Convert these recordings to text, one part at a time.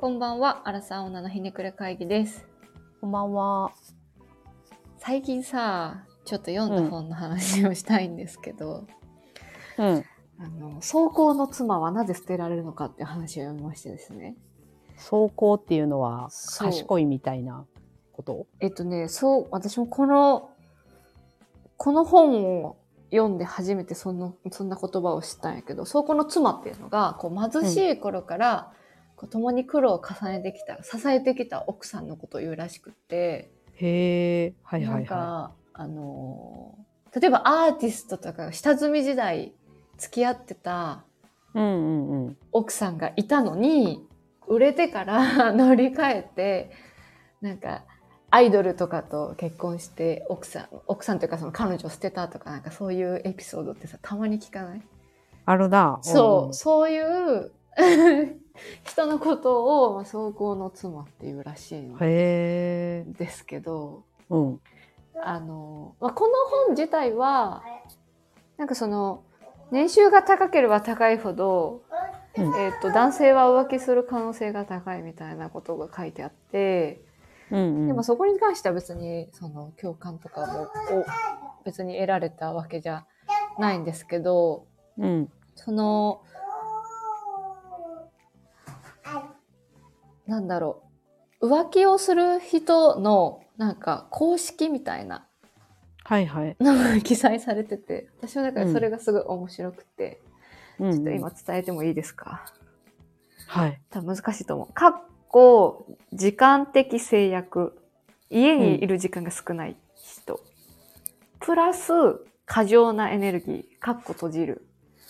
こんばんは、アラサー女のひねくれ会議です。 こんばんは。 最近さ、ちょっと読んだ本の話をしたいんですけど、走行の妻はなぜ捨てられるのかっていう話を読みましてですね。 走行っていうのは賢いみたいなこと？ 私もこの本を読んで初めてそんな言葉を知ったんやけど、走行の妻っていうのが、貧しい頃から、共に苦労を重ねてきた、支えてきた奥さんのことを言うらしくって、 へー、はいはいはい。 なんか、例えばアーティストとか下積み時代付き合ってた奥さんがいたのに、売れてから乗り換えて、なんかアイドルとかと結婚して奥さんというかその彼女を捨てたとか、なんかそういうエピソードってさ、たまに聞かない？ あるな。 そういう人のことを走行の妻っていうらしいんですけど、この本自体はなんかその年収が高ければ高いほど、男性は浮気する可能性が高いみたいなことが書いてあって、でもそこに関しては別にその共感とかも別に得られたわけじゃないんですけど、そのなんだろう、浮気をする人のなんか公式みたいなのが記載されてて、私はだからそれがすごい面白くて、ちょっと今伝えてもいいですか？ はい。 多分難しいと思う。時間的制約。家にいる時間が少ない人。プラス、過剰なエネルギー。閉じる。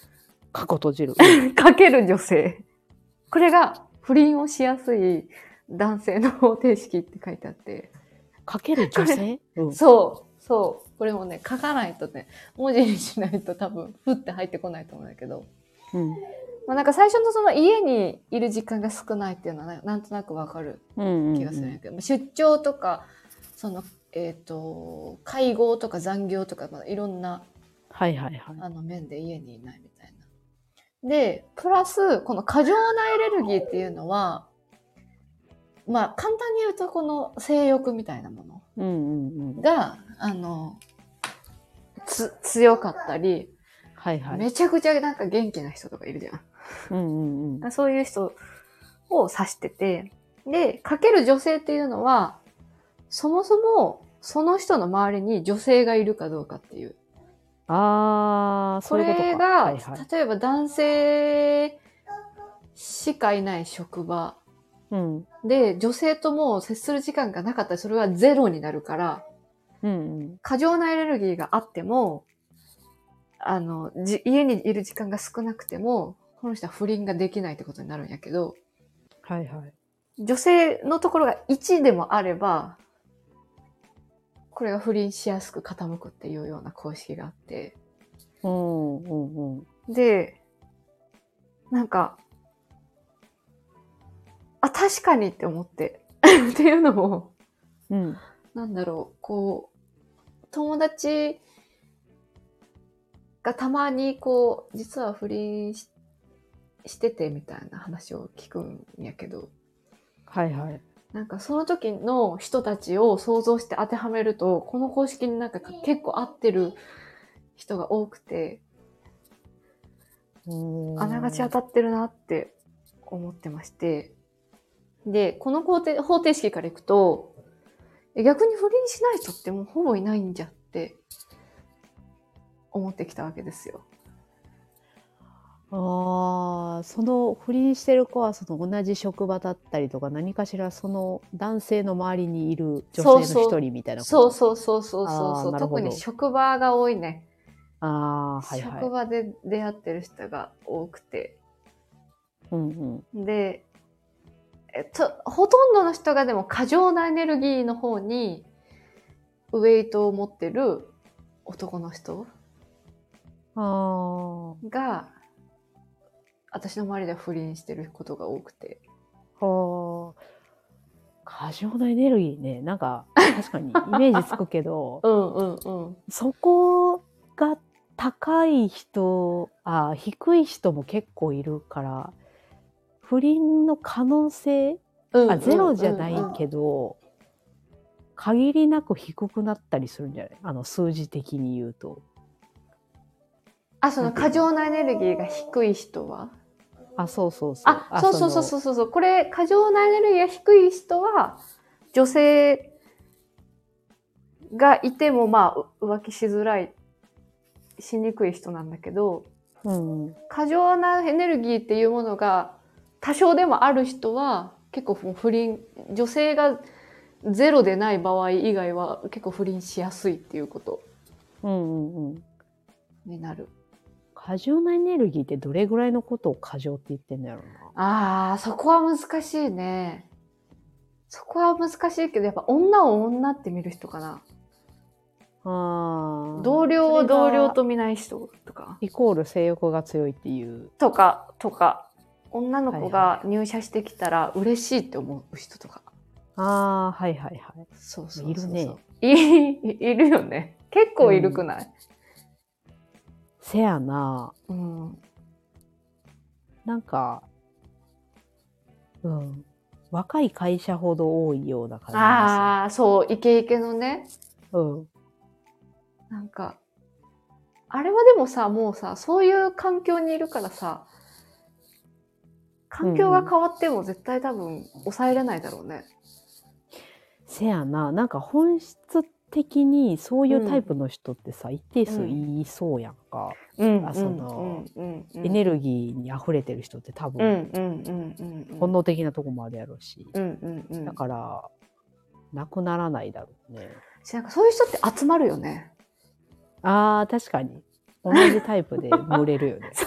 かける女性。これが不倫をしやすい男性の方程式って書いてあって。 かける女性？ そう。これもね、書かないとね、文字にしないと多分、ふって入ってこないと思うんだけど。なんか最初のその家にいる時間が少ないっていうのはなんとなくわかる気がするんだけど、出張とか、その、介護とか残業とか、いろんな、面で家にいないみたいな。で、プラス、この過剰なエネルギーっていうのは、簡単に言うとこの性欲みたいなものが、強かったり、めちゃくちゃなんか元気な人とかいるじゃん。そういう人を指してて、で、かける女性っていうのは、そもそもその人の周りに女性がいるかどうかっていう。 そういうことか。 これが、例えば男性しかいない職場で、女性とも接する時間がなかったらそれはゼロになるから、過剰なエネルギーがあっても、家にいる時間が少なくても、この人は不倫ができないってことになるんやけど、女性のところが1でもあれば、これが不倫しやすく傾くっていうような公式があって。で、なんか、確かにって思って。っていうのも、なんだろう、友達がたまに実は不倫しててみたいな話を聞くんやけど、なんかその時の人たちを想像して当てはめると、この公式になんか結構合ってる人が多くて、あながち当たってるなって思ってまして。で、この方程式からいくと、逆に不倫しない人ってもうほぼいないんじゃって思ってきたわけですよ。 その不倫してる子はその同じ職場だったりとか、何かしらその男性の周りにいる女性の一人みたいなこと？ そう。特に職場が多いね。職場で出会ってる人が多くて。で、ほとんどの人がでも過剰なエネルギーの方にウェイトを持ってる男の人が、私の周りでは不倫してることが多くて。 過剰なエネルギーね。なんか、確かにイメージつくけど、そこが高い人、低い人も結構いるから、不倫の可能性ゼロじゃないけど、限りなく低くなったりするんじゃない？数字的に言うと。 その過剰なエネルギーが低い人は？ そうそうそう。 そう。これ、過剰なエネルギーが低い人は、女性がいても、浮気しづらい、しにくい人なんだけど、過剰なエネルギーっていうものが多少でもある人は、結構もう不倫、女性がゼロでない場合以外は結構不倫しやすいっていうことになる。 過剰なエネルギーってどれぐらいのことを過剰って言ってんだろうな。そこは難しいね。そこは難しいけど、やっぱ女を女って見る人かな。同僚を同僚と見ない人とか。 イコール性欲が強いっていう。 とか、女の子が入社してきたら嬉しいって思う人とか。 そう。 いるね。 いるよね。結構いるくない？ せやな。なんか、若い会社ほど多いような感じ。そう、イケイケのね。なんか、あれはでもさ、もうさ、そういう環境にいるからさ、環境が変わっても絶対多分抑えれないだろうね。 せやな。なんか本質的にそういうタイプの人ってさ、一定数いそうやんか。エネルギーに溢れてる人って多分、本能的なとこもあるやろうし。だから、なくならないだろうね。 なんかそういう人って集まるよね。 確かに。同じタイプで群れるよね。 そう。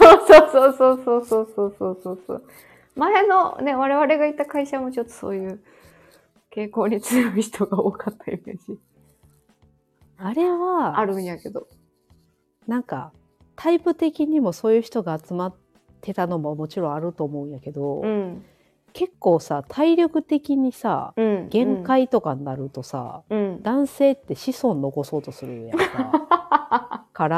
前のね、我々がいた会社もちょっとそういう傾向に強い人が多かったイメージ。 あれは、 あるんやけど。 なんか、タイプ的にもそういう人が集まってたのももちろんあると思うんやけど、結構さ、体力的にさ、限界とかになるとさ、男性って子孫残そうとするやんか。から、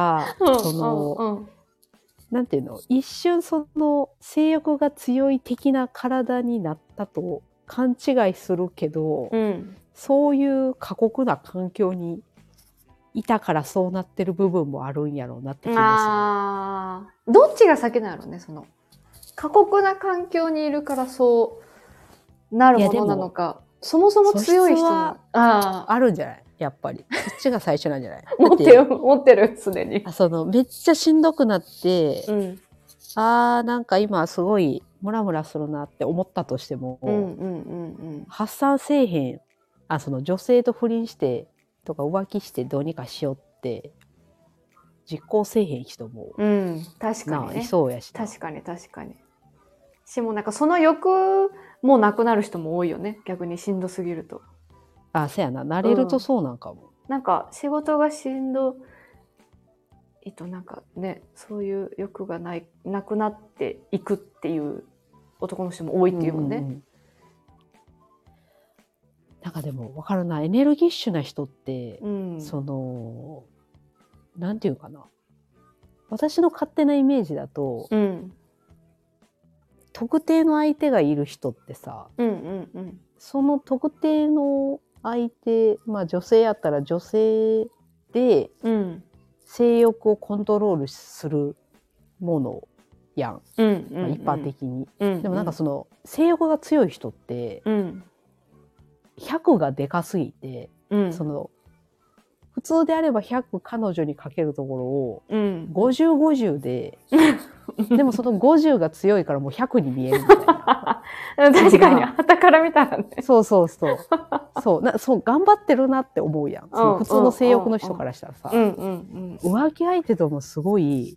なんていうの、一瞬その性欲が強い的な体になったと勘違いするけど、そういう過酷な環境にいたからそうなってる部分もあるんやろうなって気がする。どっちが先なのね、その過酷な環境にいるからそうなるものなのか、そもそも強い人はあるんじゃない？やっぱりそっちが最初なんじゃない？ 持ってるすでに。 めっちゃしんどくなって、なんか今すごいムラムラするなって思ったとしても、発散せえへん。女性と不倫してとか浮気してどうにかしようって実行せえへん人も、 確かにね、 いそうやし。 確かに。しもなんかその欲もなくなる人も多いよね。逆にしんどすぎると。 そうやな。慣れるとそうなんかも。 なんか仕事がしんどいとなんかね、そういう欲がなくなっていくっていう男の人も多いっていうもんね。 なんかでも分かるな。エネルギッシュな人って、なんていうかな。私の勝手なイメージだと、特定の相手がいる人ってさ、その特定の相手、女性やったら女性で性欲をコントロールするものやん、一般的に。でもなんかその性欲が強い人って、100がでかすぎて、普通であれば100彼女にかけるところを、50、50で、でもその50が強いからもう100に見えるみたいな。 確かに、傍から見たらね。 そう、頑張ってるなって思うやん。普通の性欲の人からしたらさ。浮気相手ともすごい、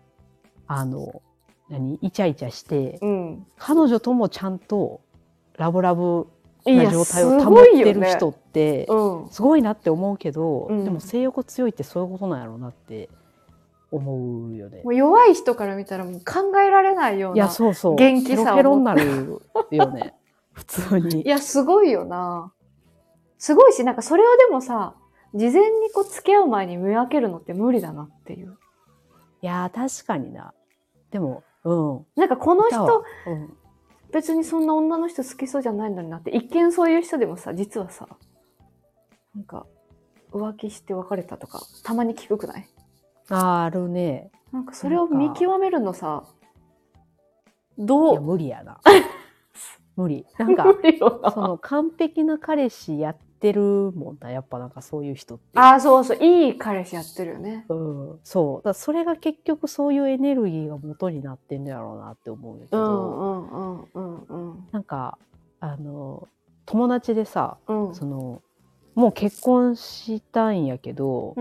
イチャイチャして、彼女ともちゃんとラブラブな状態を保ってる人ってすごいなって思うけど、でも性欲強いってそういうことなんやろうなって思うよね。 もう弱い人から見たらもう考えられないような元気さを。 ペロペロになるよね。普通に。 いや、すごいよな。すごいし、なんかそれをでもさ、事前に付き合う前に見分けるのって無理だなっていう。 いや、確かにな。でも、 なんかこの人、 別にそんな女の人好きそうじゃないのになって、一見そういう人でもさ、実はさ、なんか浮気して別れたとかたまに聞くくない？ あるね。 なんかそれを見極めるのさ、 いや無理やな。無理。なんかその完璧な彼氏やってるもんな、やっぱなんかそういう人って。 ああ、そうそう、いい彼氏やってるよね。 うん、そう。だからそれが結局そういうエネルギーが元になってんだろうなって思うんだけど、なんか友達でさ、そのもう結婚したんやけど、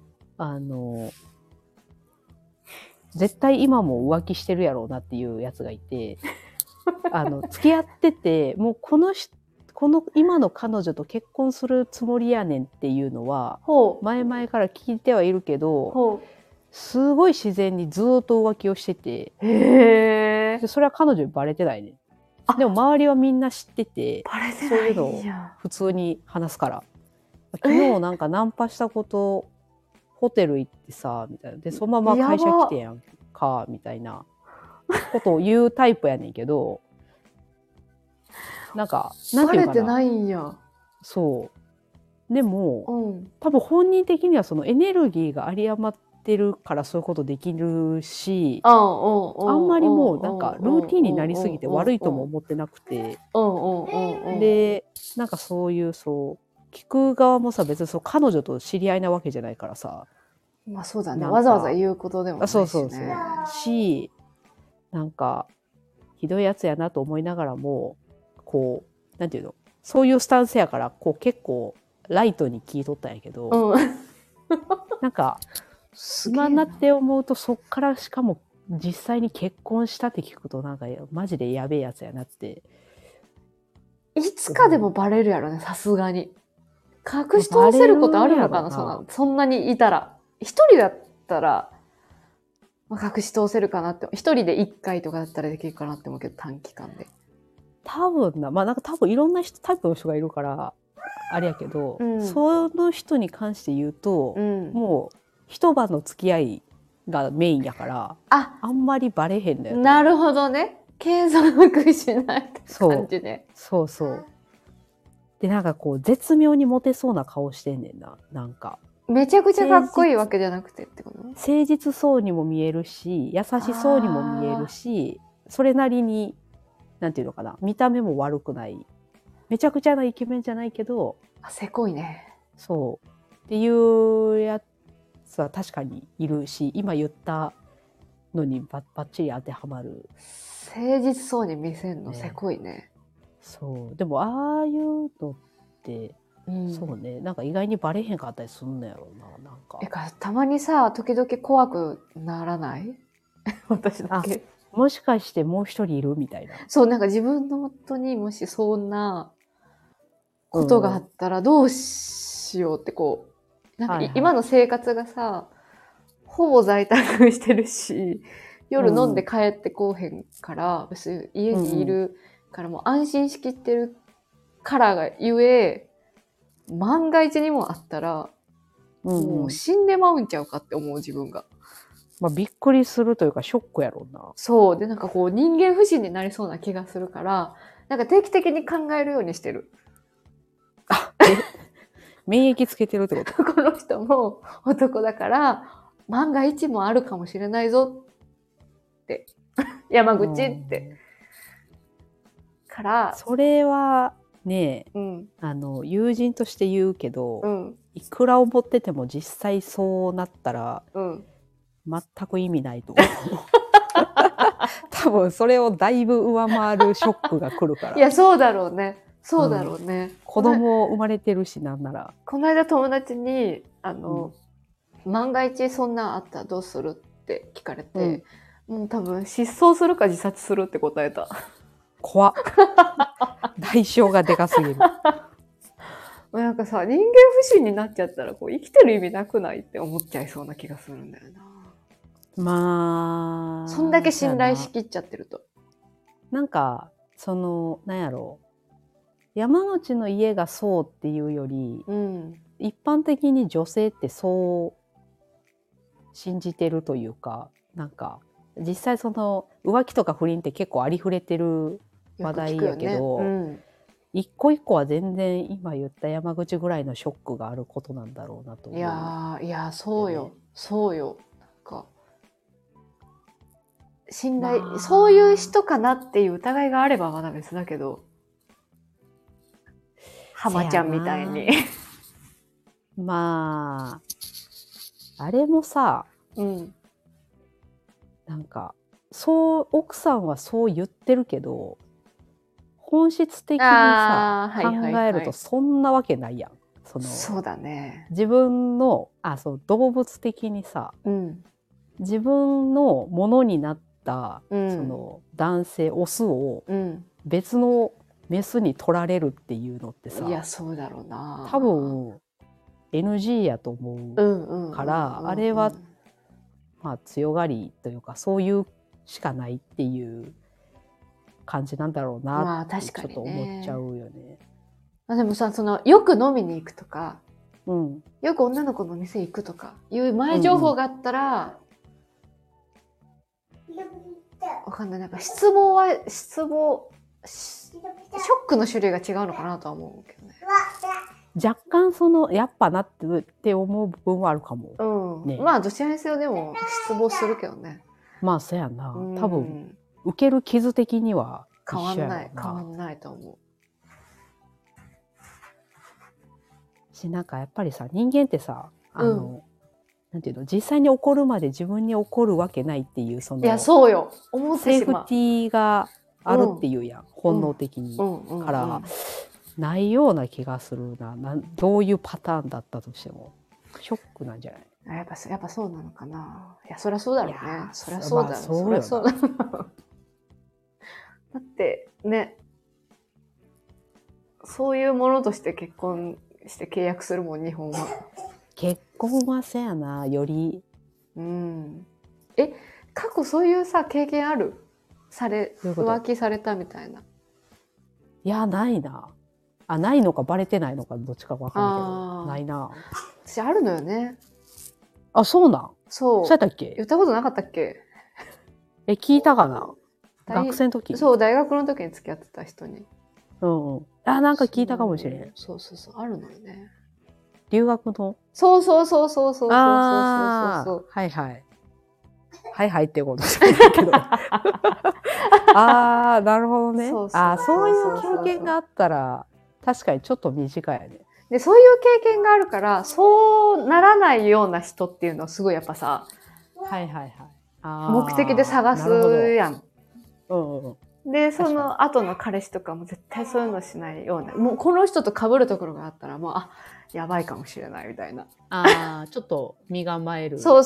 絶対今も浮気してるやろうなっていうやつがいて、付き合ってて、もうこの今の彼女と結婚するつもりやねんっていうのは、前々から聞いてはいるけど、すごい自然にずっと浮気をしてて、でそれは彼女にバレてないね。でも周りはみんな知ってて、そういうのを普通に話すから。昨日なんかナンパしたこと、ホテル行ってさ、みたいな。で、そのまま会社来てやんか、みたいなことを言うタイプやねんけど、なんか、なんていうかな。 バレてないんや。 そう。でも、多分本人的にはそのエネルギーが有り余ってるからそういうことできるし、あんまりもうなんかルーティンになりすぎて悪いとも思ってなくて、で、なんかそういう聞く側もさ、別に彼女と知り合いなわけじゃないからさ。 まあそうだね。わざわざ言うことでもないしね。そう。 し、なんか、ひどいやつやなと思いながらも、こう、なんていうの、そういうスタンスやから、結構ライトに聞いとったんやけど、なんか、今になって思うと、そっからしかも実際に結婚したって聞くと、なんかマジでやべえやつやなって。 いつかでもバレるやろね、さすがに。隠し通せることあるのかな、そんなにいたら。一人だったら、隠し通せるかなって。一人で一回とかだったらできるかなって思うけど、短期間で。 多分なんか多分いろんなタイプの人がいるから、あれやけど、その人に関して言うと、もう一晩の付き合いがメインやから、あんまりバレへんだよ。 なるほどね。継続しないって感じね。 そう。で、なんか絶妙にモテそうな顔してんねんな、なんか。 めちゃくちゃかっこいいわけじゃなくてってこと？ 誠実そうにも見えるし、優しそうにも見えるし、それなりに、なんていうのかな、見た目も悪くない。めちゃくちゃなイケメンじゃないけど。 せこいね。 そう。っていうやつは確かにいるし、今言ったのにバッチリ当てはまる。 誠実そうに見せんの、せこいね。 そう。でも、ああいうのって、そうね。なんか意外にバレへんかったりすんのやろうな、なんか。 たまにさ、時々怖くならない私だけ。 もしかしてもう一人いるみたいな。 そう、なんか自分の夫にもしそんなことがあったらどうしようってなんか今の生活がさ、ほぼ在宅してるし、夜飲んで帰ってこうへんから、別に家にいるからもう安心しきってるからがゆえ、万が一にもあったら、もう死んでまうんちゃうかって思う自分が。 びっくりするというかショックやろうな。 そう。で、なんか人間不信になりそうな気がするから、なんか定期的に考えるようにしてる。 免疫つけてるってこと？ この人も男だから、万が一もあるかもしれないぞって。山口って。から。 それはね、友人として言うけど、いくら思ってても実際そうなったら、全く意味ないと思う。多分それをだいぶ上回るショックが来るから。 いや、そうだろうね。そうだろうね。 子供生まれてるし、なんなら。 この間友達に、万が一そんなあったらどうするって聞かれて、もう多分失踪するか自殺するって答えた。 怖っ。代償がでかすぎる。 なんかさ、人間不信になっちゃったら生きてる意味なくないって思っちゃいそうな気がするんだよな。 まあ。 そんだけ信頼しきっちゃってると。 なんか、なんやろう。山口の家がそうっていうより、一般的に女性ってそう信じてるというか、なんか、実際浮気とか不倫って結構ありふれてる話題やけど、一個一個は全然今言った山口ぐらいのショックがあることなんだろうなと思う。 いやそうよ、そうよ。なんか信頼、そういう人かなっていう疑いがあればまだ別だけど、浜ちゃんみたいに。 まああれもさ、なんかそう奥さんはそう言ってるけど、本質的にさ、考えるとそんなわけないやん。 そうだね。 自分の動物的にさ、自分のものになった、その男性オスを別のメスに取られるっていうのってさ、 いやそうだろうな。 多分 NG やと思うから、あれはまあ強がりというか、そういうしかないっていう感じなんだろうなってちょっと思っちゃうよね。 でもさ、よく飲みに行くとか、よく女の子の店行くとかいう前情報があったら、わかんない。なんか失望、ショックの種類が違うのかなとは思うけどね。 若干やっぱなって思う部分はあるかも。 まあどちらにせよでも失望するけどね。 まあそうやな。多分受ける傷的には変わんないと思う。 なんかやっぱりさ、人間ってさ、なんていうの、実際に起こるまで自分に起こるわけないっていう、 いやそうよ、思ってしまうセーフティーがあるっていうやん、本能的に、からないような気がするな。どういうパターンだったとしてもショックなんじゃない？ やっぱそうなのかな。いやそりゃそうだろうね。そりゃそうだろう。そりゃそうだろう。だってね、そういうものとして結婚して契約するもん、日本は。 結婚はせやな、より。 過去そういうさ経験ある？浮気されたみたいな。 いやないな。ないのかバレてないのかどっちか分かんないけど、ないな。 私あるのよね。 そうなん？ そうやったっけ？ 言ったことなかったっけ？ 聞いたかな？学生の時？ そう、大学の時に付き合ってた人に。 なんか聞いたかもしれん。 そう、あるのよね。 留学の？ そう。 はいはいってことじゃないけど。なるほどね。そういう経験があったら確かにちょっと短いね。 で、そういう経験があるから、そうならないような人っていうのはすごいやっぱさ、目的で探すやん。で、その後の彼氏とかも絶対そういうのしないような、もうこの人と被るところがあったらもう、やばいかもしれないみたいな。 ちょっと身構える。 そう。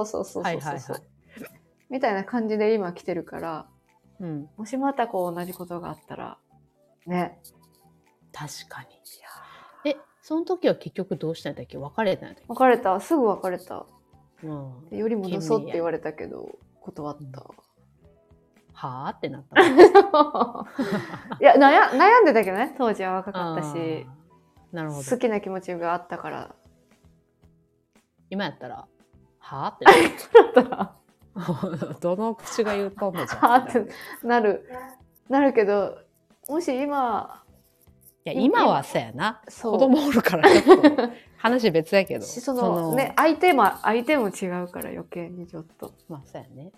みたいな感じで今来てるから、もしまたこう同じことがあったら、ね。 確かに。その時は結局どうしたんだっけ？別れたんだっけ？ 別れた。すぐ別れた。より戻そうって言われたけど、断った。 はぁってなった。 いや、悩んでたけどね、当時は若かったし。なるほど。好きな気持ちがあったから。 今やったら、はぁってなったら。どの口が言うとんのじゃん。 はぁってなるけど、もし今、 今はそうやな。子供おるからちょっと話別やけど。 ね、相手も違うから余計にちょっと。 まあそうやね。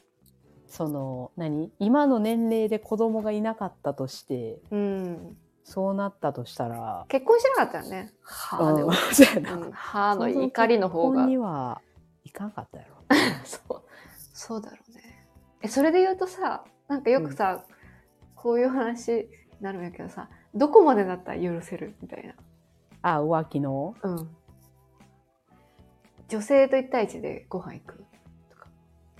今の年齢で子供がいなかったとして、そうなったとしたら。 結婚しなかったよね。 そうやな。 歯の怒りの方が。 結婚にはいかんかったやろ。 そうだろうね。それで言うとさ、なんかよくさ、こういう話になるんやけどさ、どこまでだったら許せるみたいな。 浮気の？ 女性と1対1でご飯行くとか。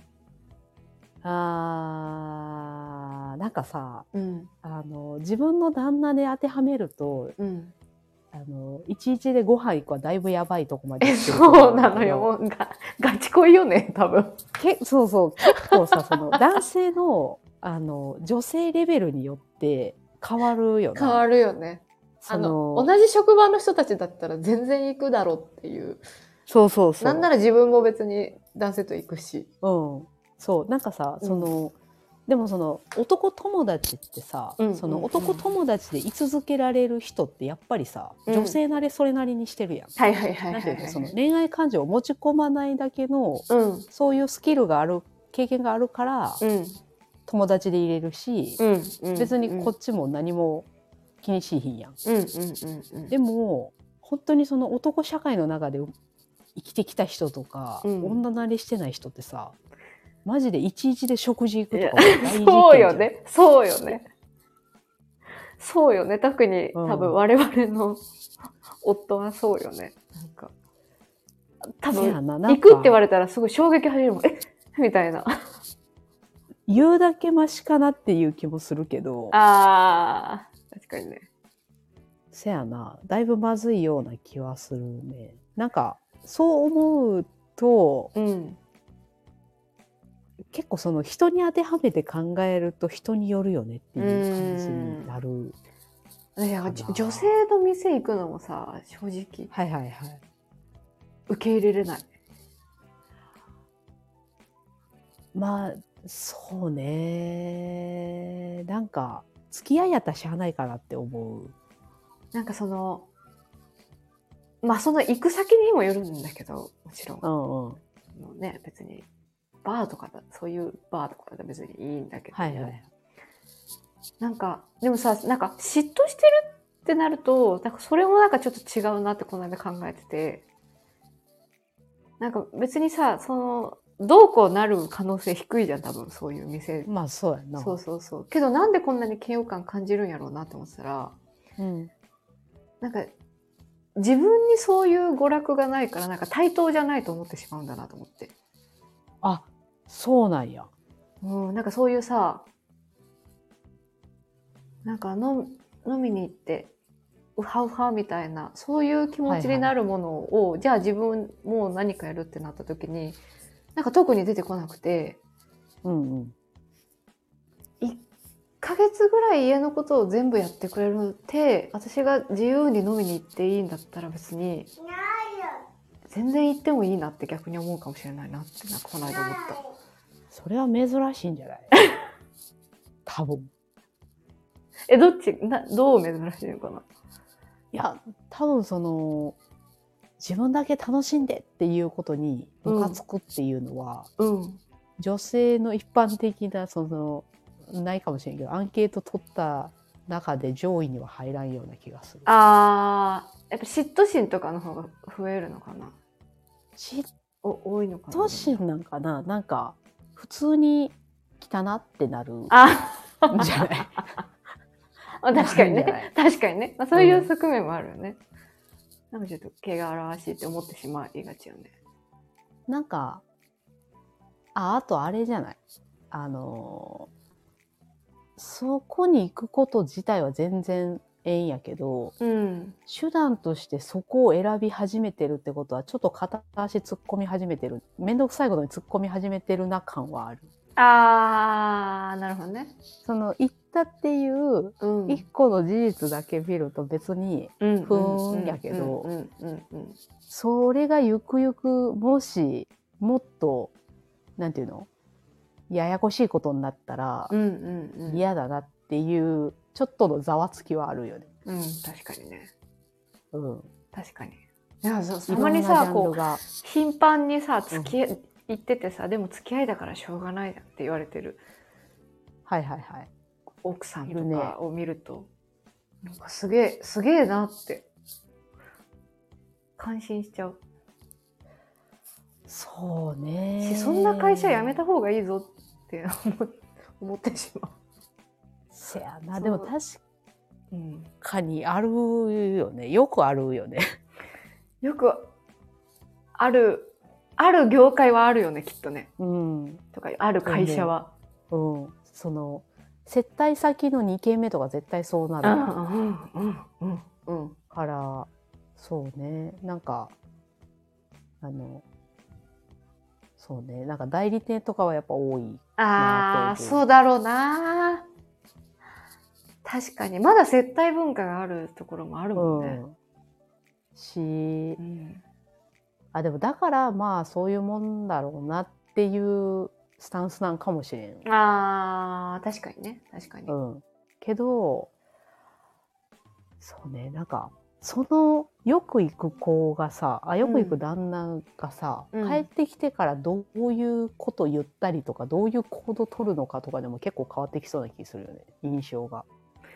なんかさ、自分の旦那で当てはめると、11でご飯行くはだいぶやばいとこまで行ってる。 そうなのよ。もうガチ恋よね、多分。 そう。結構さ、男性の、女性レベルによって変わるよね。 変わるよね。同じ職場の人たちだったら全然行くだろうっていう。 そう。 なんなら自分も別に男性と行くし。 そう。なんかさ、 でもその男友達ってさ、その男友達で居続けられる人ってやっぱりさ、女性なれそれなりにしてるやん。 はいはいはい。 なんていうの、その恋愛感情を持ち込まないだけの、そういうスキルがある、経験があるから、友達でいれるし、別にこっちも何も気にしひんやん。でも本当にその男社会の中で生きてきた人とか、女慣れしてない人ってさ、マジで11で食事行くとか大事件じゃん。 そうよね。そうよね。そうよね。特に、多分我々の夫はそうよね。なんか多分行くって言われたらすごい衝撃走るもん。みたいな。 言うだけマシかなっていう気もするけど。 あー、確かにね。 せやな。だいぶまずいような気はするね。なんかそう思うと、結構その人に当てはめて考えると人によるよねっていう感じになる。 女性の店行くのもさ、正直。 はいはいはい。 受け入れれない。 まあ、そうね。なんか、付き合いやったらしゃあないかなって思う。 なんかその、まあその行く先にもよるんだけど、もちろん。ね、別に、バーとかだ、そういうバーとかだと別にいいんだけど。はいはい。なんか、でもさ、なんか嫉妬してるってなると、なんかそれもなんかちょっと違うなってこの間考えてて。なんか別にさ、その、どうこうなる可能性低いじゃん、多分、そういう店。 まあそうやな。 そうそうそう。けどなんでこんなに嫌悪感感じるんやろうなって思ってたら、なんか、自分にそういう娯楽がないから、なんか対等じゃないと思ってしまうんだなと思って。 あ、そうなんや。 なんかそういうさ、なんか飲みに行って、ウハウハみたいな、そういう気持ちになるものを、じゃあ自分もう何かやるってなった時に、なんか特に出てこなくて、1ヶ月ぐらい家のことを全部やってくれるって、私が自由に飲みに行っていいんだったら別に、全然行ってもいいなって逆に思うかもしれないなって、なんかこの間思った。 それは珍しいんじゃない多分。 どっち、どう珍しいのかな。 いや、多分その、自分だけ楽しんでっていうことにムカつくっていうのは、女性の一般的なそのないかもしれんけどアンケート取った中で上位には入らんような気がする。 あー、やっぱ嫉妬心とかの方が増えるのかな。多いのかな。 嫉妬心なんかな。なんか普通に汚ってなるんじゃない？ 確かにね。確かにね。そういう側面もあるよね。なんかちょっと汚らわしいって思ってしまいがちよね。 なんか、あとあれじゃない。そこに行くこと自体は全然ええんやけど、手段としてそこを選び始めてるってことはちょっと片足突っ込み始めてる。めんどくさいことに突っ込み始めてるな感はある。 あー、なるほどね。 その行ったっていう一個の事実だけ見ると別に不運やけど、それがゆくゆくもしもっとなんていうのややこしいことになったら嫌だなっていうちょっとのざわつきはあるよね。 確かにね。確かに。 いやたまにさ、こう頻繁にさ行っててさ、でも付き合いだからしょうがないじゃんって言われてる。奥さんとかを見ると、なんかすげえなって感心しちゃう。 そうね。 そんな会社辞めた方がいいぞって思ってしまう。 せやな。でも確かにあるよね。よくあるよね。 よくある業界はあるよね、きっとね。とかある会社は。 その接待先の2軒目とか絶対そうなるからそうね。なんかそうね。なんか代理店とかはやっぱ多いなと。そうだろうな。確かにまだ接待文化があるところもあるもんね。 でもだからまあそういうもんだろうなっていうスタンスなんかもしれん。 あー、確かにね。確かに。 けど、そうね、なんか、そのよく行く子がさ、よく行く旦那がさ、帰ってきてからどういうこと言ったりとか、どういう行動取るのかとかでも結構変わってきそうな気するよね、印象が。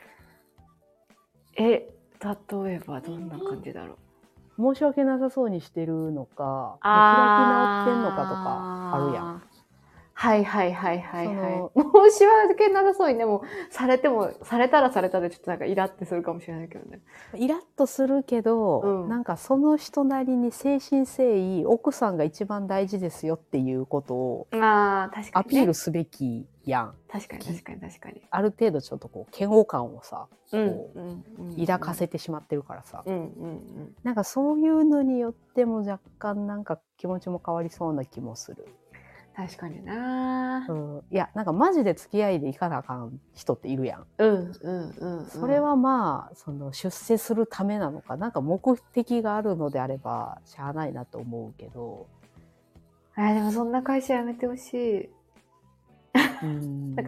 例えばどんな感じだろう。申し訳なさそうにしてるのか、開き直ってんのかとかあるやん。 はいはいはいはいはい。申し訳なさそうにでもされたらされたでちょっとなんかイラってするかもしれないけどね。 イラッとするけど、なんかその人なりに誠心誠意奥さんが一番大事ですよっていうことをアピールすべきやん。 確かに確かに確かに。 ある程度ちょっとこう嫌悪感をさ、抱かせてしまってるからさ、なんかそういうのによっても若干なんか気持ちも変わりそうな気もする。 確かにな、 いやなんかマジで付き合いでいかなあかん人っているやん。それはまあその出世するためなのか、なんか目的があるのであればしゃあないなと思うけど。 でもそんな会社やめてほしい。なん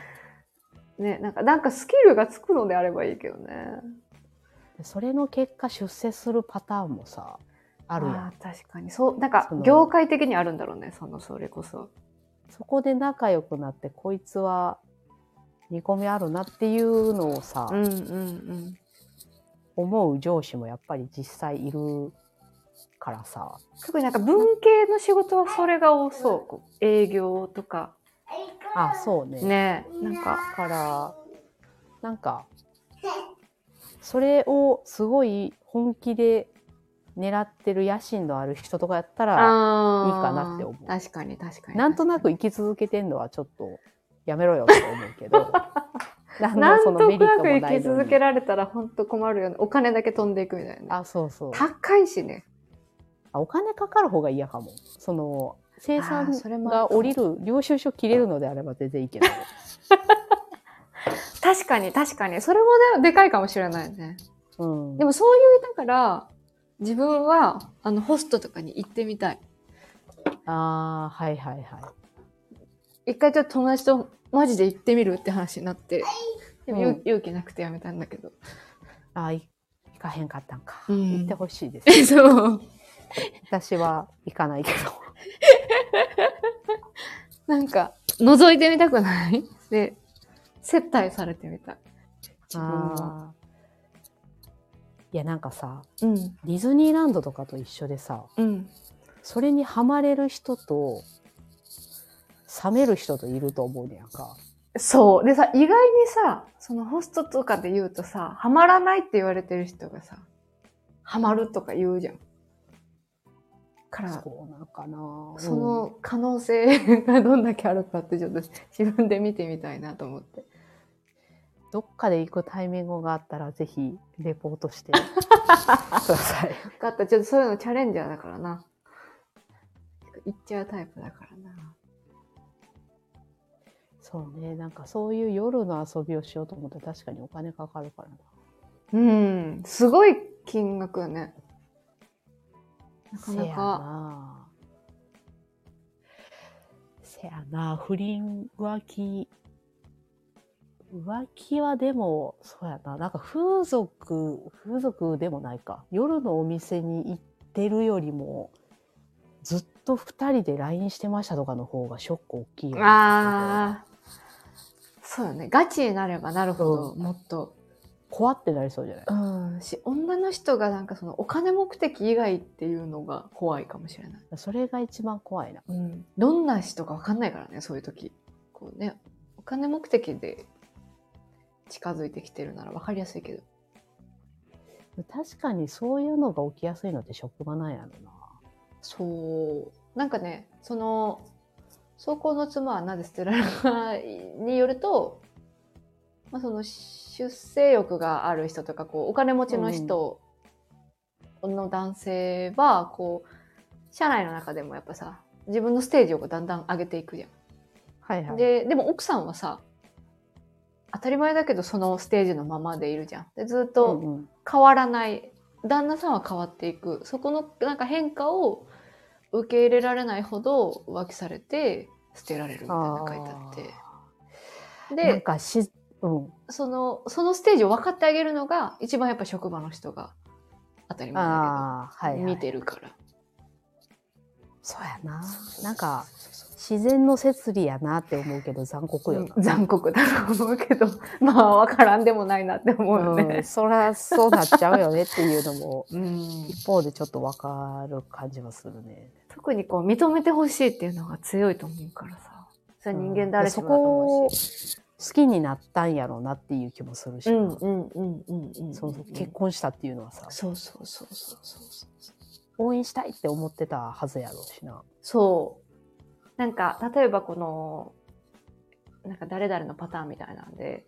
かスキルがつくのであればいいけどね。 それの結果出世するパターンもさあるやん。 確かにそう、なんか業界的にあるんだろうね、それこそ。 そこで仲良くなってこいつは見込みあるなっていうのをさ、思う上司もやっぱり実際いるからさ。 特になんか文系の仕事はそれが多そう。営業とか。 そうね。 ね、なんかからなんかそれをすごい本気で狙ってる野心のある人とかやったらいいかなって思う。 確かに確かに。 なんとなく生き続けてんのはちょっとやめろよって思うけど。 なんとなく生き続けられたら本当困るよね。お金だけ飛んでいくみたいな。 そうそう。 高いしね。 お金かかる方が嫌かも。その生産が降りる領収書切れるのであれば全然いいけど。 確かに確かに。それもでかいかもしれないね。でもそういうだから自分はホストとかに行ってみたい。 はいはいはい。 一回ちょっと友達とマジで行ってみるって話になって、でも勇気なくてやめたんだけど。 行かへんかったんか。行ってほしいです。 そう。 私は行かないけど。 なんか覗いてみたくないで、接待されてみたい。自分は。 いやなんかさ、ディズニーランドとかと一緒でさ、それにハマれる人と冷める人といると思うねやんか。 そうでさ、意外にさ、そのホストとかで言うとさ、ハマらないって言われてる人がさ、ハマるとか言うじゃん。からそうなんかな、 その可能性がどんだけあるかってちょっと自分で見てみたいなと思って。 どっかで行くタイミングがあったらぜひレポートしてください。 分かった。ちょっとそういうのチャレンジャーだからな。行っちゃうタイプだからな。 そうね。なんかそういう夜の遊びをしようと思ったら確かにお金かかるからな。すごい金額よね。なかなか。 せやな。不倫浮気はでも、そうやな。なんか風俗でもないか。夜のお店に行ってるよりも、ずっと2人で LINE してましたとかの方がショック大きいよね。 そうよね。ガチになればなるほど、もっと。 怖ってなりそうじゃない？ 女の人がなんかそのお金目的以外っていうのが怖いかもしれない。 それが一番怖いな。 どんな人か分かんないからね、そういう時。こうね、お金目的で近づいてきてるなら分かりやすいけど。 確かにそういうのが起きやすいのって職場なんやろな。 そう。なんかね、その、走行の妻はなぜ捨てられるかによると、その出世欲がある人とか、こう、お金持ちの人の男性は、こう、社内の中でもやっぱさ、自分のステージをだんだん上げていくじゃん。 はいはい。 でも奥さんはさ、当たり前だけどそのステージのままでいるじゃん。でずっと変わらない。旦那さんは変わっていく。そこのなんか変化を受け入れられないほど浮気されて、 捨てられるみたいな書いてあって。 で、なんかそのステージを分かってあげるのが一番やっぱ職場の人が当たり前だけど、見てるから。 そうやな。なんか自然の摂理やなって思うけど残酷よな。 残酷だと思うけど、まあ分からんでもないなって思うよね。 そりゃそうなっちゃうよねっていうのも一方でちょっと分かる感じはするね。 特にこう認めてほしいっていうのが強いと思うからさ。それは人間誰しもだと思うし。 好きになったんやろうなっていう気もするし、結婚したっていうのはさ、 そう応援したいって思ってたはずやろうしな。 そう。なんか例えばこのなんか誰々のパターンみたいなんで、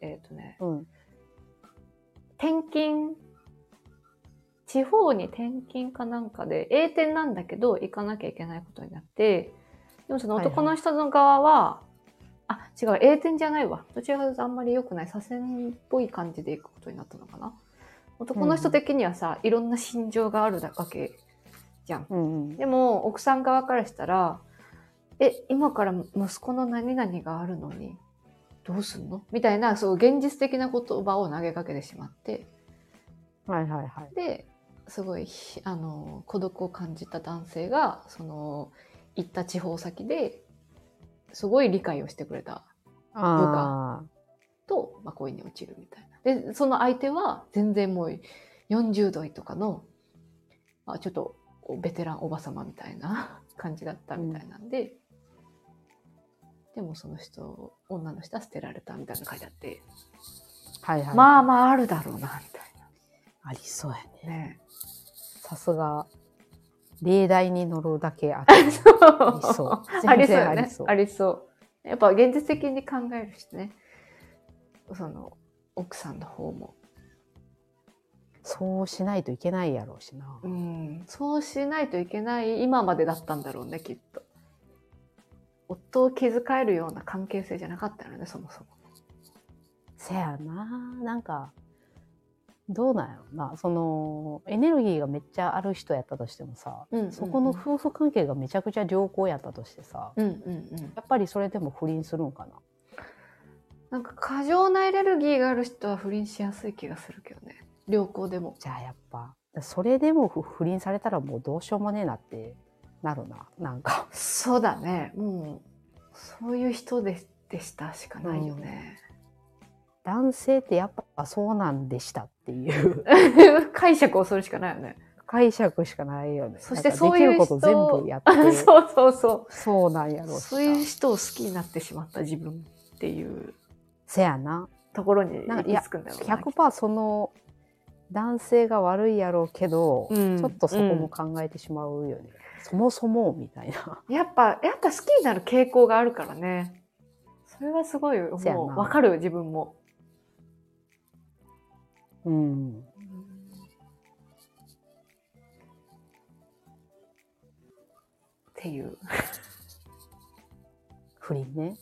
転勤、地方に転勤かなんかで A 店なんだけど行かなきゃいけないことになって、でもその男の人の側は、違う、A 店じゃないわ。どちらかというとあんまり良くない左遷っぽい感じで行くことになったのかな。男の人的にはさ、いろんな心情があるわけじゃん。でも奥さん側からしたら、今から息子の何々があるのにどうすんのみたいな、そう現実的な言葉を投げかけてしまって、で、すごい孤独を感じた男性がその行った地方先ですごい理解をしてくれた部下と、恋に落ちるみたいな。で、その相手は全然もう40代とかの、ちょっとベテランおばさまみたいな感じだったみたいなんで、でもその女の人は捨てられたみたいな書いてあって、まああるだろうなみたいな。 ありそうやね。さすが例題に乗るだけあって。 ありそうよね。ありそう。やっぱ現実的に考えるしね。その奥さんの方も。 そうしないといけないやろうしな。 そうしないといけない今までだったんだろうね、きっと。夫を気遣えるような関係性じゃなかったよね、そもそも。 せやな。なんか、どうなんやろな。その、エネルギーがめっちゃある人やったとしてもさ、そこの夫婦関係がめちゃくちゃ良好やったとしてさ、やっぱりそれでも不倫するんかな。 なんか過剰なエネルギーがある人は不倫しやすい気がするけどね。良好でも。 じゃあやっぱ、それでも不倫されたらもうどうしようもねえなってなるな。なんか。 そうだね。もう、そういう人でしたしかないよね。 男性ってやっぱそうなんでしたっていう解釈をするしかないよね。 解釈しかないよね。 そしてそういう人できること全部やってそうなんやろうし。 そういう人を好きになってしまった自分っていうせやなところに行き着くんだろうな。 100% その男性が悪いやろうけど、ちょっとそこも考えてしまうよね。そもそもみたいな。 やっぱ好きになる傾向があるからね。それはすごいもう分かる自分も。っていう不倫ね。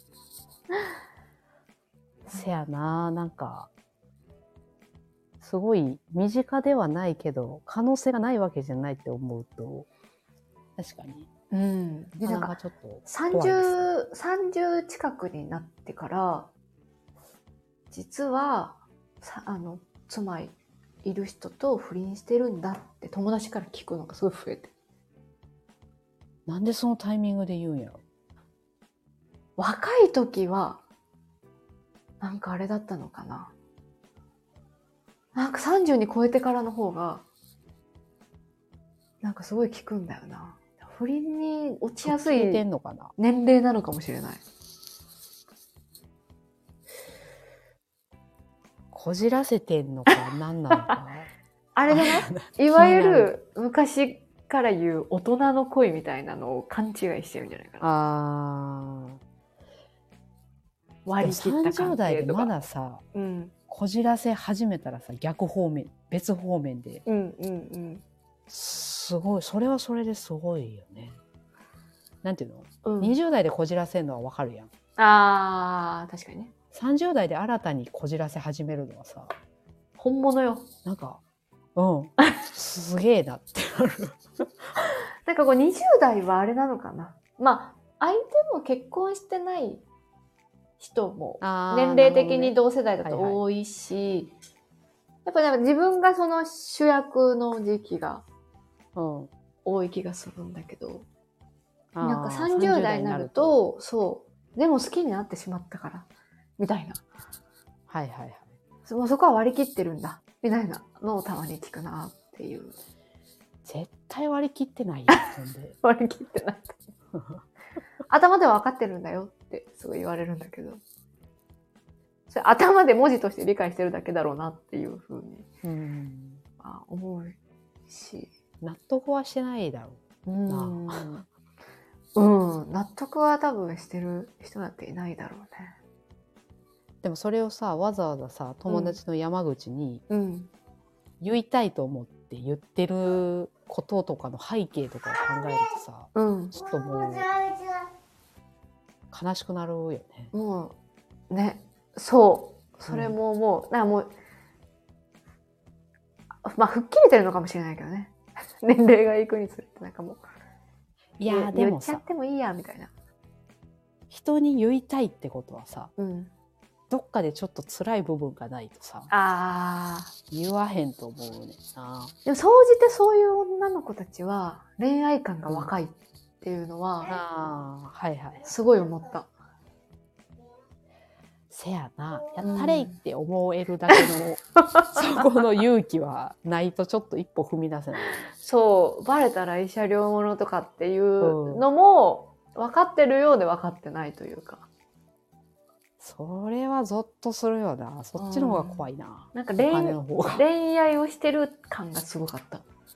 せやな、なんかすごい身近ではないけど可能性がないわけじゃないって思うと確かに。 なんかちょっと30近くになってから実は妻いる人と不倫してるんだって友達から聞くのがすごい増えて。 なんでそのタイミングで言うんやろ。 若い時はなんかあれだったのかな。なんか30に超えてからの方がなんかすごい聞くんだよな。不倫に落ちやすい年齢なのかもしれない。 こじらせてんのか何なのかあれだな、いわゆる昔から言う大人の恋みたいなのを勘違いしてるんじゃないかな。割り切った関係とか。 30代でまださ、こじらせ始めたらさ、逆方面別方面で、すごい、それはそれですごいよね。なんていうの、20代でこじらせるのはわかるやん。 確かにね。 30代で新たにこじらせ始めるのはさ、 本物よ。 なんかすげえなってなる。 なんかこう20代はあれなのかな。ま相手も結婚してない人も年齢的に同世代だと多いし、やっぱなんか自分がその主役の時期が多い気がするんだけど、なんか30代になると、そう、でも好きになってしまったから、みたいな。 はいはいはい。 もうそこは割り切ってるんだ、みたいなのをたまに聞くなっていう。 絶対割り切ってないよ、ほんで。 割り切ってない。頭では分かってるんだよってすごい言われるんだけど、それ頭で文字として理解してるだけだろうなっていうふうに思うし、 納得はしてないだろうな。 納得は多分してる人なんていないだろうね。 でもそれをさ、わざわざさ、友達の山口に言いたいと思って言ってることとかの背景とかを考えるとさ、ちょっともう悲しくなるよね。 もうね、そう、それももう、なんかもう、まあ吹っ切れてるのかもしれないけどね。年齢がいくにつれてなんかもう、 いやでもさ、言っちゃってもいいやみたいな。 人に言いたいってことはさ、どっかでちょっと辛い部分がないとさ、言わへんと思うねんな。 でも総じてそういう女の子たちは恋愛観が若いっていうのは、すごい思った。 せやな、やったれいって思えるだけの、そこの勇気はないとちょっと一歩踏み出せない。 そう、バレたら慰謝料物とかっていうのも分かってるようで分かってないというか。 それはゾッとするよな。そっちの方が怖いな。 なんか恋愛をしてる感がすごかった。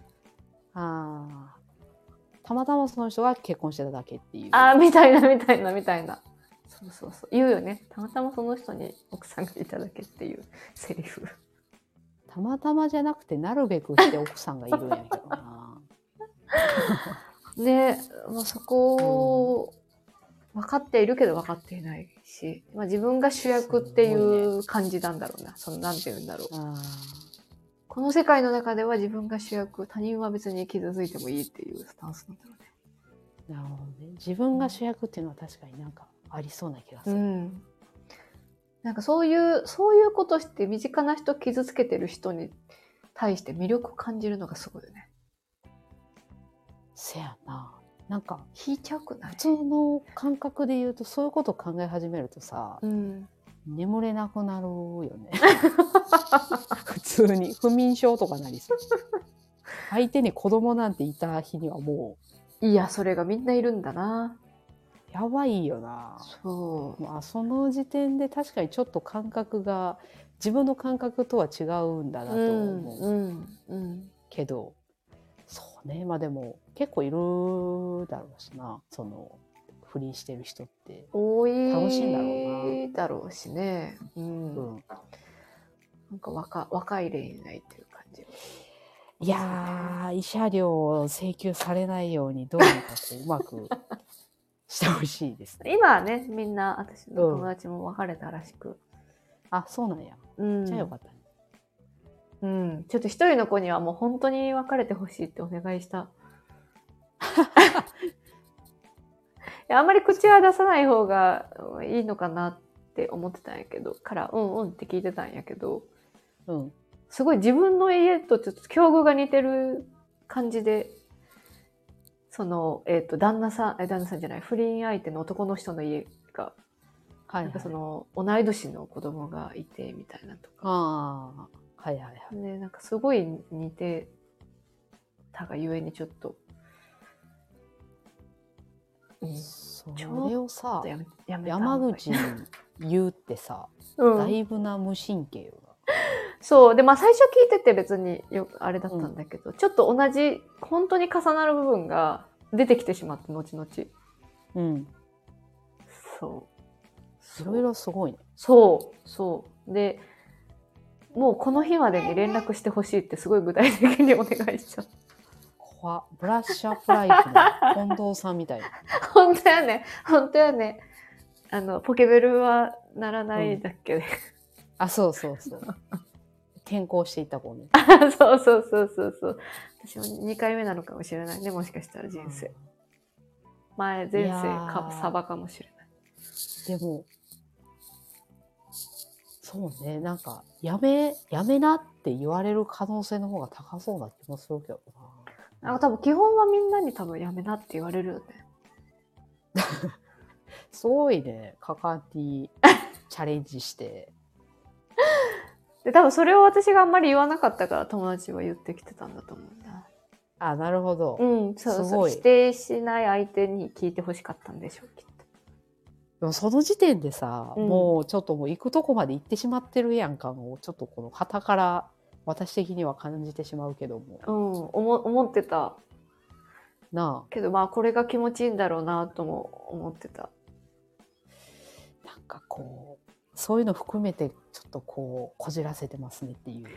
たまたまその人が結婚してただけっていう。 みたいな。そう。言うよね。たまたまその人に奥さんがいただけっていうセリフ。 たまたまじゃなくてなるべくして奥さんがいるんやけどな。 で、もうそこを分かっているけど分かっていないし、自分が主役っていう感じなんだろうな。なんて言うんだろう。この世界の中では自分が主役、他人は別に傷ついてもいいっていうスタンスなんだろうね。 なるほどね。自分が主役っていうのは確かになんかありそうな気がする。 なんかそういうことして身近な人傷つけてる人に対して魅力を感じるのがすごいよね。 せやな。なんか引いちゃうくない？ 普通の感覚で言うとそういうことを考え始めるとさ、眠れなくなるよね。普通に不眠症とかなりそう。相手に子供なんていた日にはもう、いやそれがみんないるんだな。 やばいよな。そう。その時点で確かにちょっと感覚が自分の感覚とは違うんだなと思う。けど、そうね。でも結構いるだろうしな。その不倫してる人って多い楽しいんだろうな。 だろうしね。なんか若い恋愛っていう感じ。 いやー、慰謝料を請求されないようにどうにかうまくしてほしいですね。 今はね、みんな私の友達も別れたらしく。 そうなんや。じゃあよかったね。ちょっと一人の子にはもう本当に別れてほしいってお願いした。あんまり口は出さない方がいいのかなって思ってたんやけど、って聞いてたんやけど、すごい自分の家とちょっと境遇が似てる感じで、旦那さんじゃない、不倫相手の男の人の家が、なんか同い年の子供がいてみたいなとか。ね、なんかすごい似てたがゆえにちょっと。 それをさ、山口に言うってさ、だいぶな無神経よな。 そう。で、最初聞いてて別にあれだったんだけど、ちょっと同じ、本当に重なる部分が出てきてしまって、後々。そう。 いろいろすごいね。 そう。で、もうこの日までに連絡してほしいってすごい具体的にお願いしちゃった。 ブラッシュアップライフの近藤さんみたいな。 本当やね。ポケベルはならないだっけね。 そう。転校していった子ね。 そう。私も2回目なのかもしれないね。もしかしたら人生。 前世サバかもしれない。 でもそうね、なんかやめなって言われる可能性の方が高そうな気もするけどな。 なんか多分基本はみんなに多分やめなって言われるよね。 すごいね、カカティチャレンジしてで多分それを私があんまり言わなかったから友達は言ってきてたんだと思うんだ。 あ、なるほど。 うん、そう否定しない相手に聞いてほしかったんでしょう、きっと。 でもその時点でさ、もうちょっともう行くとこまで行ってしまってるやんかをちょっとこの傍から私的には感じてしまうけども。 思ってた。 なあ。 けどまあこれが気持ちいいんだろうなとも思ってた。 なんかこうそういうの含めてちょっとこうこじらせてますねっていう。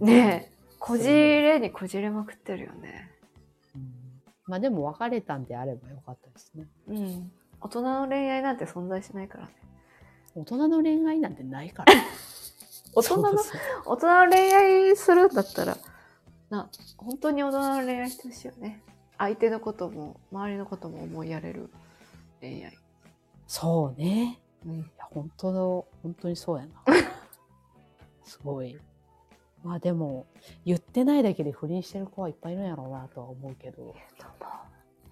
ねえ、こじれにこじれまくってるよね。 まあでも別れたんであればよかったですね。 うん。大人の恋愛なんて存在しないからね。 大人の恋愛なんてないから。 大人の恋愛するんだったら本当に大人の恋愛してほしいよね。相手のことも周りのことも思いやれる恋愛。 そうね。 うん、いや本当にそうやな。すごい。まあでも言ってないだけで不倫してる子はいっぱいいるんやろうなとは思うけど。いると思う。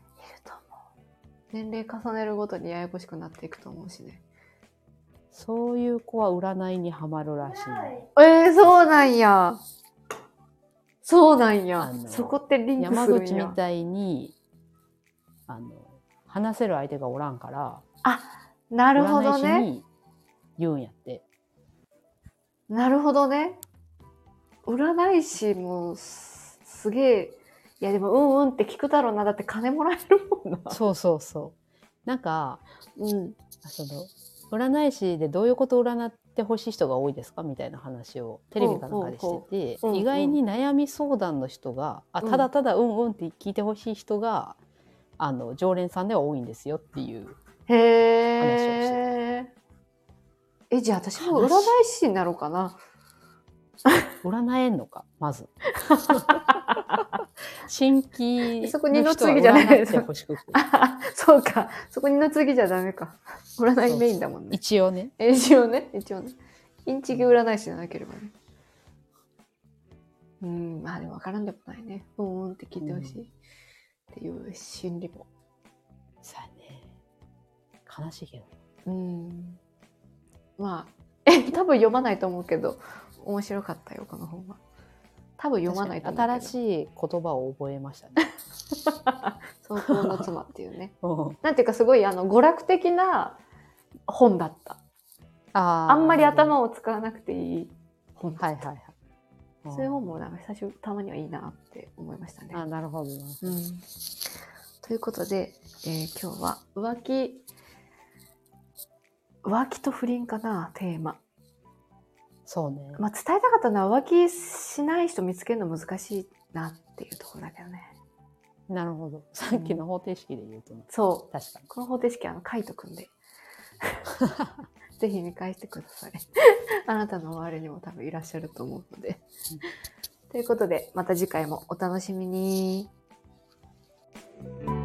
年齢重ねるごとにややこしくなっていくと思うしね。 そういう子は占いにはまるらしい。 そうなんや。そうなんや。そこってリンクするんや。 山口みたいに話せる相手がおらんから。 あ、なるほどね。 占い師に言うんやって。 なるほどね。占い師もすげえ。いやでもって聞くだろうな。だって金もらえるもんな。 そう。なんか、占い師でどういうことを占ってほしい人が多いですかみたいな話をテレビかなんかでしてて、意外に悩み相談の人がただただって聞いてほしい人が常連さんでは多いんですよっていう話をしてて。じゃあ私も占い師になろうかな。 占えんのかまず。新規そこ二の次じゃないですか。そうか。そこ二の次じゃダメか。占いメインだもんね。 一応ね。 インチキ占い師じゃなければね。まあでも分からんでもないね。って聞いてほしいっていう心理も。 さあね。悲しいけど。まあ多分読まないと思うけど面白かったよこの本は。多分読まないと思うけど。 新しい言葉を覚えましたね。 走行の妻っていうね。なんていうかすごい娯楽的な本だった。あんまり頭を使わなくていい本だった。そういう本もなんかたまにはいいなって思いましたね。 なるほど。 ということで、今日は浮気と不倫かなテーマ。 そうね。 まあ伝えたかったのは浮気しない人見つけるの難しいなっていうところだけどね。 なるほど。さっきの方程式で言うとね。 そう。 確かに。 この方程式書いとくんで。ぜひ見返してください。あなたの周りにも多分いらっしゃると思うので。ということで、また次回もお楽しみに。